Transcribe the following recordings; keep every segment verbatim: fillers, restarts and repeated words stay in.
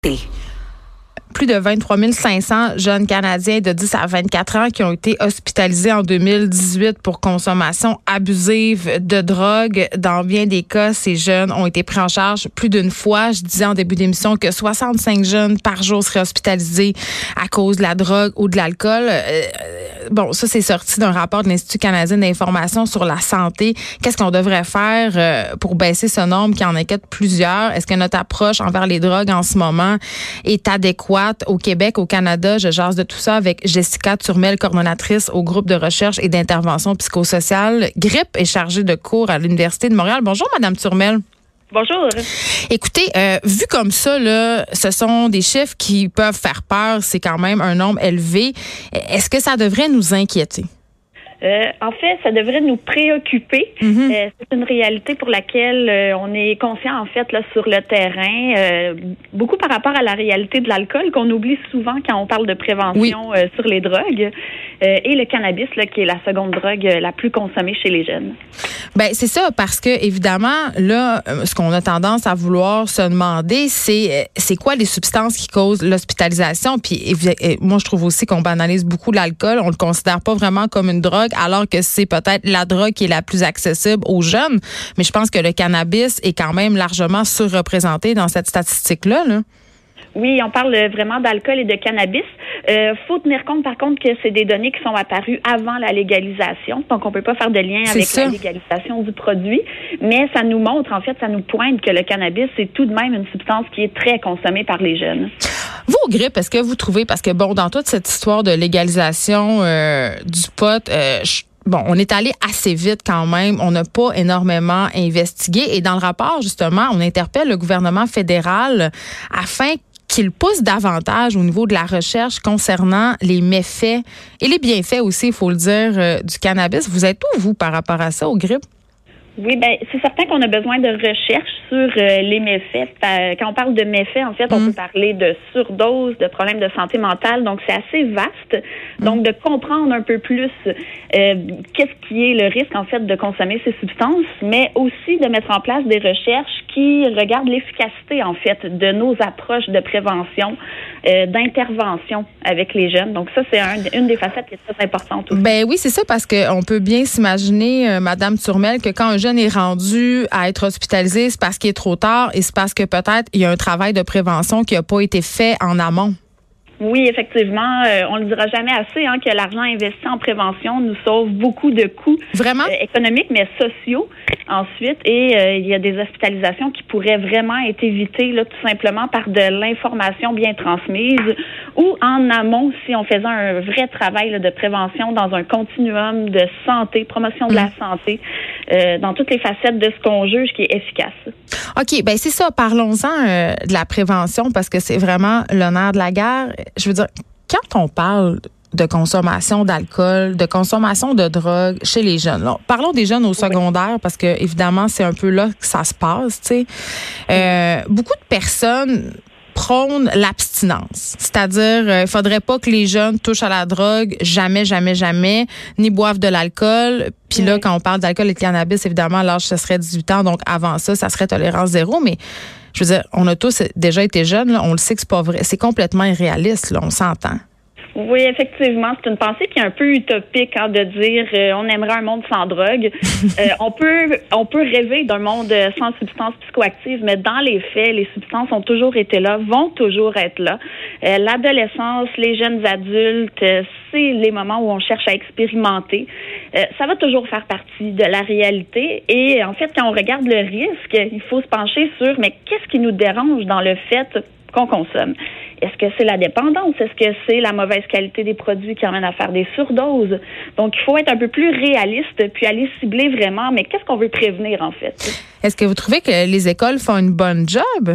Plus de vingt-trois mille cinq cents jeunes Canadiens de dix à vingt-quatre ans qui ont été hospitalisés en deux mille dix-huit pour consommation abusive de drogue. Dans bien des cas, ces jeunes ont été pris en charge plus d'une fois. Je disais en début d'émission que soixante-cinq jeunes par jour seraient hospitalisés à cause de la drogue ou de l'alcool. Euh, bon, ça, c'est sorti d'un rapport de l'Institut canadien d'information sur la santé. Qu'est-ce qu'on devrait faire euh, pour baisser ce nombre qui en inquiète plusieurs? Est-ce que notre approche envers les drogues en ce moment est adéquate? Au Québec, au Canada, je jase de tout ça avec Jessica Turmel, coordonnatrice au groupe de recherche et d'intervention psychosociale. GRIP est chargée de cours à l'Université de Montréal. Bonjour, Madame Turmel. Bonjour. Écoutez, euh, vu comme ça, là, ce sont des chiffres qui peuvent faire peur. C'est quand même un nombre élevé. Est-ce que ça devrait nous inquiéter? Euh, en fait, ça devrait nous préoccuper. Mm-hmm. Euh, c'est une réalité pour laquelle euh, on est conscient, en fait, là, sur le terrain, euh, beaucoup par rapport à la réalité de l'alcool qu'on oublie souvent quand on parle de prévention oui. euh, sur les drogues, euh, et le cannabis, là, qui est la seconde drogue euh, la plus consommée chez les jeunes. Ben c'est ça, parce que évidemment, là, ce qu'on a tendance à vouloir se demander, c'est c'est quoi les substances qui causent l'hospitalisation. Puis et, et, moi, je trouve aussi qu'on banalise beaucoup l'alcool. On le considère pas vraiment comme une drogue, alors que c'est peut-être la drogue qui est la plus accessible aux jeunes. Mais je pense que le cannabis est quand même largement surreprésenté dans cette statistique-là, là. Oui, on parle vraiment d'alcool et de cannabis. Euh, faut tenir compte, par contre, que c'est des données qui sont apparues avant la légalisation. Donc, on peut pas faire de lien avec ça. La légalisation du produit. Mais ça nous montre, en fait, ça nous pointe que le cannabis, c'est tout de même une substance qui est très consommée par les jeunes. Vous, au GRIP, est-ce que vous trouvez, parce que, bon, dans toute cette histoire de légalisation euh, du pot, euh, je Bon, on est allé assez vite quand même. On n'a pas énormément investigué. Et dans le rapport, justement, on interpelle le gouvernement fédéral afin qu'il pousse davantage au niveau de la recherche concernant les méfaits et les bienfaits aussi, il faut le dire, euh, du cannabis. Vous êtes où, vous, par rapport à ça, au GRIP? Oui, ben c'est certain qu'on a besoin de recherche sur euh, les méfaits. Quand on parle de méfaits, en fait, on mmh. peut parler de surdose, de problèmes de santé mentale. Donc, c'est assez vaste. Mmh. Donc, de comprendre un peu plus euh, qu'est-ce qui est le risque, en fait, de consommer ces substances, mais aussi de mettre en place des recherches qui regardent l'efficacité, en fait, de nos approches de prévention, euh, d'intervention avec les jeunes. Donc, ça, c'est un, une des facettes qui est très importante aussi. Ben oui, c'est ça, parce qu'on peut bien s'imaginer, euh, Madame Turmel, que quand un jeune est rendu à être hospitalisé, c'est parce qu'il est trop tard et c'est parce que peut-être il y a un travail de prévention qui n'a pas été fait en amont. Oui, effectivement, euh, on le dira jamais assez hein, que l'argent investi en prévention nous sauve beaucoup de coûts vraiment? Euh, économiques, mais sociaux ensuite. Et euh, il y a des hospitalisations qui pourraient vraiment être évitées là, tout simplement par de l'information bien transmise ou en amont si on faisait un vrai travail là, de prévention dans un continuum de santé, promotion de mmh. la santé, euh, dans toutes les facettes de ce qu'on juge qui est efficace. OK, ben c'est ça. Parlons-en euh, de la prévention parce que c'est vraiment l'honneur de la guerre. Je veux dire, quand on parle de consommation d'alcool, de consommation de drogue chez les jeunes, là, parlons des jeunes au secondaire parce que évidemment c'est un peu là que ça se passe. Tu sais, euh, beaucoup de personnes prônent l'abstinence, c'est-à-dire il euh, faudrait pas que les jeunes touchent à la drogue, jamais, jamais, jamais, ni boivent de l'alcool. Puis là, quand on parle d'alcool et de cannabis, évidemment, l'âge ce serait dix-huit ans, donc avant ça, ça serait tolérance zéro. Mais je veux dire, on a tous déjà été jeunes, là, on le sait que c'est pas vrai, c'est complètement irréaliste, là, on s'entend. Oui, effectivement, c'est une pensée qui est un peu utopique hein, de dire euh, on aimerait un monde sans drogue. euh, on peut on peut rêver d'un monde sans substances psychoactives, mais dans les faits, les substances ont toujours été là, vont toujours être là. Euh, l'adolescence, les jeunes adultes, euh, c'est les moments où on cherche à expérimenter. Euh, ça va toujours faire partie de la réalité. Et en fait, quand on regarde le risque, il faut se pencher sur mais qu'est-ce qui nous dérange dans le fait qu'on consomme? Est-ce que c'est la dépendance? Est-ce que c'est la mauvaise qualité des produits qui amènent à faire des surdoses? Donc, il faut être un peu plus réaliste puis aller cibler vraiment, mais qu'est-ce qu'on veut prévenir, en fait? Est-ce que vous trouvez que les écoles font une bonne job?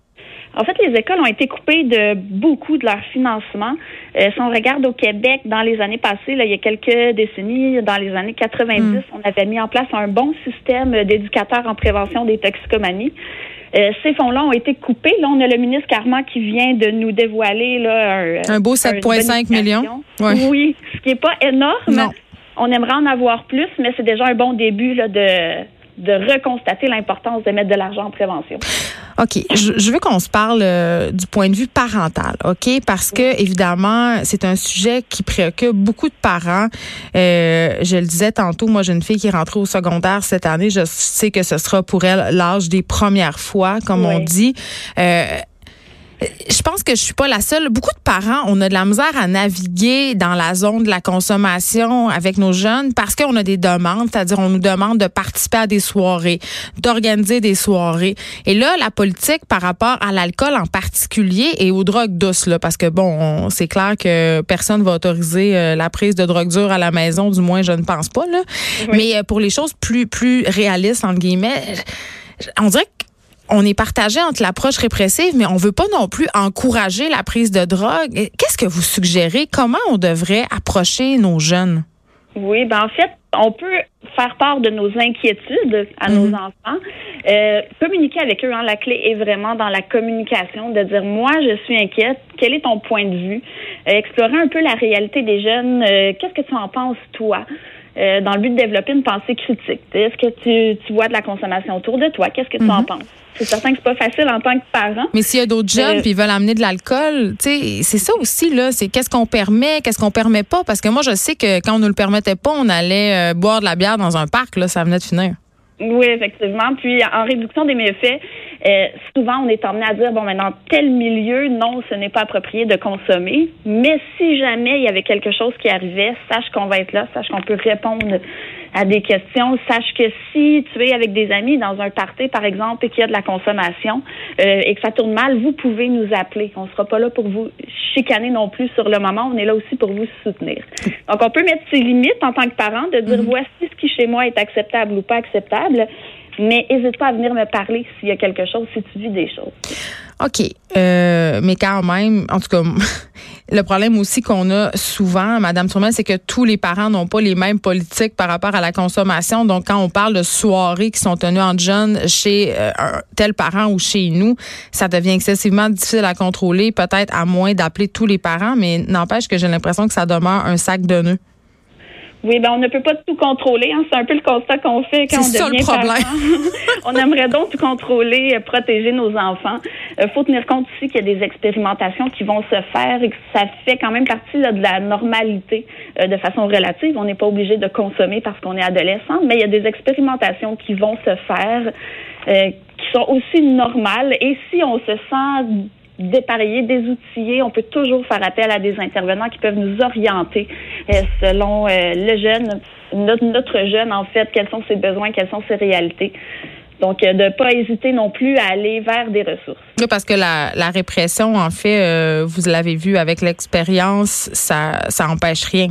En fait, les écoles ont été coupées de beaucoup de leur financement. Euh, si on regarde au Québec, dans les années passées, là, il y a quelques décennies, dans les années quatre-vingt-dix, mm. on avait mis en place un bon système d'éducateurs en prévention des toxicomanies. Euh, ces fonds-là ont été coupés. Là, on a le ministre Carman qui vient de nous dévoiler là, un, un beau sept virgule cinq millions. Ouais. Oui, ce qui n'est pas énorme. Non. On aimerait en avoir plus, mais c'est déjà un bon début là, de de reconstater l'importance de mettre de l'argent en prévention. OK. Je, je veux qu'on se parle euh, du point de vue parental, OK? Parce que, évidemment, c'est un sujet qui préoccupe beaucoup de parents. Euh, je le disais tantôt, moi, j'ai une fille qui est rentrée au secondaire cette année. Je sais que ce sera pour elle l'âge des premières fois, comme oui. on dit. Euh, Je pense que je suis pas la seule. Beaucoup de parents, on a de la misère à naviguer dans la zone de la consommation avec nos jeunes parce qu'on a des demandes, c'est-à-dire on nous demande de participer à des soirées, d'organiser des soirées. Et là, la politique par rapport à l'alcool en particulier et aux drogues douces, là, parce que bon, on, c'est clair que personne va autoriser euh, la prise de drogue dure à la maison, du moins je ne pense pas, là. Oui. Mais euh, pour les choses plus plus réalistes entre guillemets, on dirait que on est partagé entre l'approche répressive, mais on veut pas non plus encourager la prise de drogue. Qu'est-ce que vous suggérez? Comment on devrait approcher nos jeunes? Oui, ben en fait, on peut faire part de nos inquiétudes à mmh. nos enfants. Euh, communiquer avec eux, hein, la clé est vraiment dans la communication, de dire, moi, je suis inquiète, quel est ton point de vue? Euh, explorer un peu la réalité des jeunes. Euh, qu'est-ce que tu en penses, toi? Euh, dans le but de développer une pensée critique. Est-ce que tu, tu vois de la consommation autour de toi? Qu'est-ce que tu mm-hmm. en penses? C'est certain que c'est pas facile en tant que parent. Mais s'il y a d'autres jeunes puis euh, ils veulent amener de l'alcool, tu sais, c'est ça aussi là, c'est qu'est-ce qu'on permet, qu'est-ce qu'on permet pas, parce que moi je sais que quand on ne le permettait pas, on allait euh, boire de la bière dans un parc, là, ça venait de finir. Oui, effectivement. Puis, en réduction des méfaits, euh, souvent, on est emmené à dire, bon, mais dans tel milieu, non, ce n'est pas approprié de consommer. Mais si jamais il y avait quelque chose qui arrivait, sache qu'on va être là, sache qu'on peut répondre à des questions. Sache que si tu es avec des amis dans un party, par exemple, et qu'il y a de la consommation euh, et que ça tourne mal, vous pouvez nous appeler. On ne sera pas là pour vous chicaner non plus sur le moment. On est là aussi pour vous soutenir. Donc, on peut mettre ses limites en tant que parent, de dire, mm-hmm. voici ce qui, chez moi, est acceptable ou pas acceptable. Mais n'hésite pas à venir me parler s'il y a quelque chose, si tu vis des choses. OK. Euh, mais quand même, en tout cas, le problème aussi qu'on a souvent, Madame Turmel, c'est que tous les parents n'ont pas les mêmes politiques par rapport à la consommation. Donc, quand on parle de soirées qui sont tenues entre jeunes chez euh, un tel parent ou chez nous, ça devient excessivement difficile à contrôler, peut-être à moins d'appeler tous les parents, mais n'empêche que j'ai l'impression que ça demeure un sac de nœuds. Oui, ben on ne peut pas tout contrôler. Hein. C'est un peu le constat qu'on fait quand c'est on devient parent. On aimerait donc tout contrôler, protéger nos enfants. Il euh, faut tenir compte aussi qu'il y a des expérimentations qui vont se faire et que ça fait quand même partie là, de la normalité euh, de façon relative. On n'est pas obligé de consommer parce qu'on est adolescent, mais il y a des expérimentations qui vont se faire euh, qui sont aussi normales. Et si on se sent dépareillé, désoutillé, on peut toujours faire appel à des intervenants qui peuvent nous orienter euh, selon euh, le jeune, notre, notre jeune, en fait, quels sont ses besoins, quelles sont ses réalités. Donc, euh, de ne pas hésiter non plus à aller vers des ressources. Oui, parce que la, la répression, en fait, euh, vous l'avez vu avec l'expérience, ça ça empêche rien.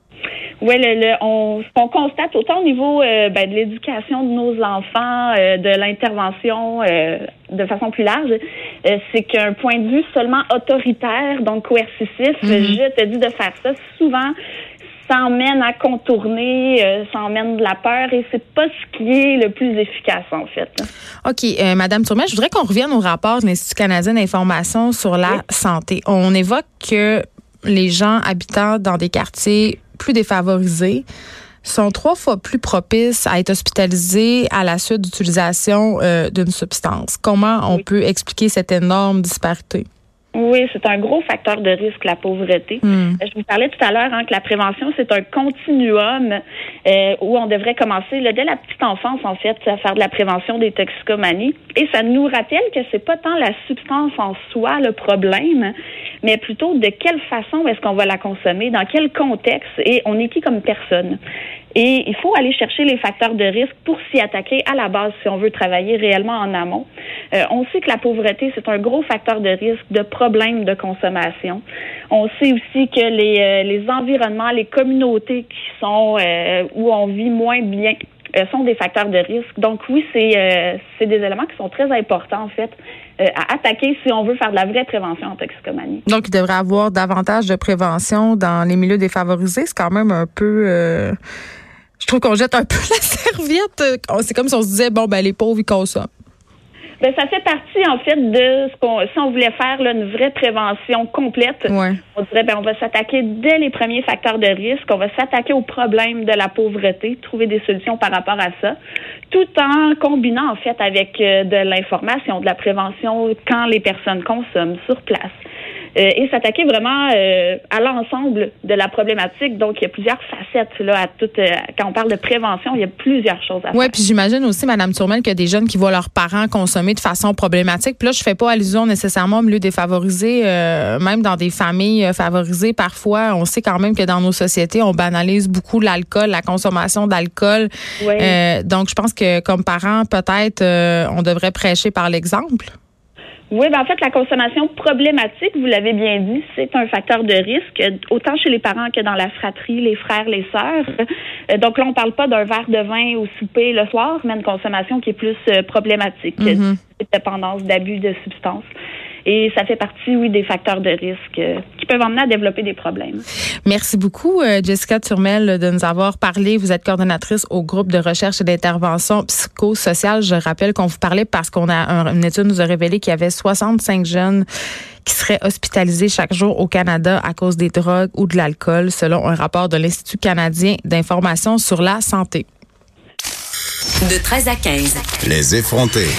Oui, le, le, on, ce qu'on constate autant au niveau euh, ben, de l'éducation de nos enfants, euh, de l'intervention euh, de façon plus large, euh, c'est qu'un point de vue seulement autoritaire, donc coercitif, mm-hmm. je te dis de faire ça, souvent ça emmène à contourner, euh, ça emmène de la peur et c'est pas ce qui est le plus efficace en fait. OK. Euh, Madame Turmel, je voudrais qu'on revienne au rapport de l'Institut canadien d'information sur la oui. santé. On évoque que les gens habitant dans des quartiers plus défavorisés sont trois fois plus propices à être hospitalisés à la suite d'utilisation euh, d'une substance. Comment on oui. peut expliquer cette énorme disparité? Oui, c'est un gros facteur de risque, la pauvreté. Mm. Je vous parlais tout à l'heure hein, que la prévention, c'est un continuum euh, où on devrait commencer là, dès la petite enfance, en fait, à faire de la prévention des toxicomanies. Et ça nous rappelle que c'est pas tant la substance en soi le problème, mais plutôt de quelle façon est-ce qu'on va la consommer, dans quel contexte, et on est qui comme personne. Et il faut aller chercher les facteurs de risque pour s'y attaquer à la base si on veut travailler réellement en amont. Euh, on sait que la pauvreté, c'est un gros facteur de risque de problèmes de consommation. On sait aussi que les, euh, les environnements, les communautés qui sont euh, où on vit moins bien euh, sont des facteurs de risque. Donc oui, c'est, euh, c'est des éléments qui sont très importants en fait euh, à attaquer si on veut faire de la vraie prévention en toxicomanie. Donc il devrait y avoir davantage de prévention dans les milieux défavorisés. C'est quand même un peu... Euh... Je trouve qu'on jette un peu la serviette. C'est comme si on se disait, bon, ben les pauvres, ils consomment. Ben, ça fait partie, en fait, de ce qu'on, si on voulait faire là, une vraie prévention complète, ouais. on dirait, ben, on va s'attaquer dès les premiers facteurs de risque, on va s'attaquer au problème de la pauvreté, trouver des solutions par rapport à ça, tout en combinant, en fait, avec euh, de l'information, de la prévention quand les personnes consomment sur place. Euh, et s'attaquer vraiment euh, à l'ensemble de la problématique. Donc, il y a plusieurs facettes là à tout. Euh, quand on parle de prévention, il y a plusieurs choses à faire. Oui, puis j'imagine aussi, Mme Turmel, qu'il y a des jeunes qui voient leurs parents consommer de façon problématique. Puis là, je fais pas allusion nécessairement au milieu défavorisé, euh, même dans des familles favorisées. Parfois, on sait quand même que dans nos sociétés, on banalise beaucoup l'alcool, la consommation d'alcool. Oui. Euh, donc, je pense que comme parents, peut-être, euh, on devrait prêcher par l'exemple. Oui, ben en fait, la consommation problématique, vous l'avez bien dit, c'est un facteur de risque, autant chez les parents que dans la fratrie, les frères, les sœurs. Donc là, on parle pas d'un verre de vin au souper le soir, mais une consommation qui est plus problématique, mm-hmm. dépendance, d'abus de substances. Et ça fait partie, oui, des facteurs de risque euh, qui peuvent emmener à développer des problèmes. Merci beaucoup, euh, Jessica Turmel, de nous avoir parlé. Vous êtes coordonnatrice au groupe de recherche et d'intervention psychosociale. Je rappelle qu'on vous parlait parce qu'on a un, une étude nous a révélé qu'il y avait soixante-cinq jeunes qui seraient hospitalisés chaque jour au Canada à cause des drogues ou de l'alcool, selon un rapport de l'Institut canadien d'information sur la santé. De treize à quinze. Les effrontés.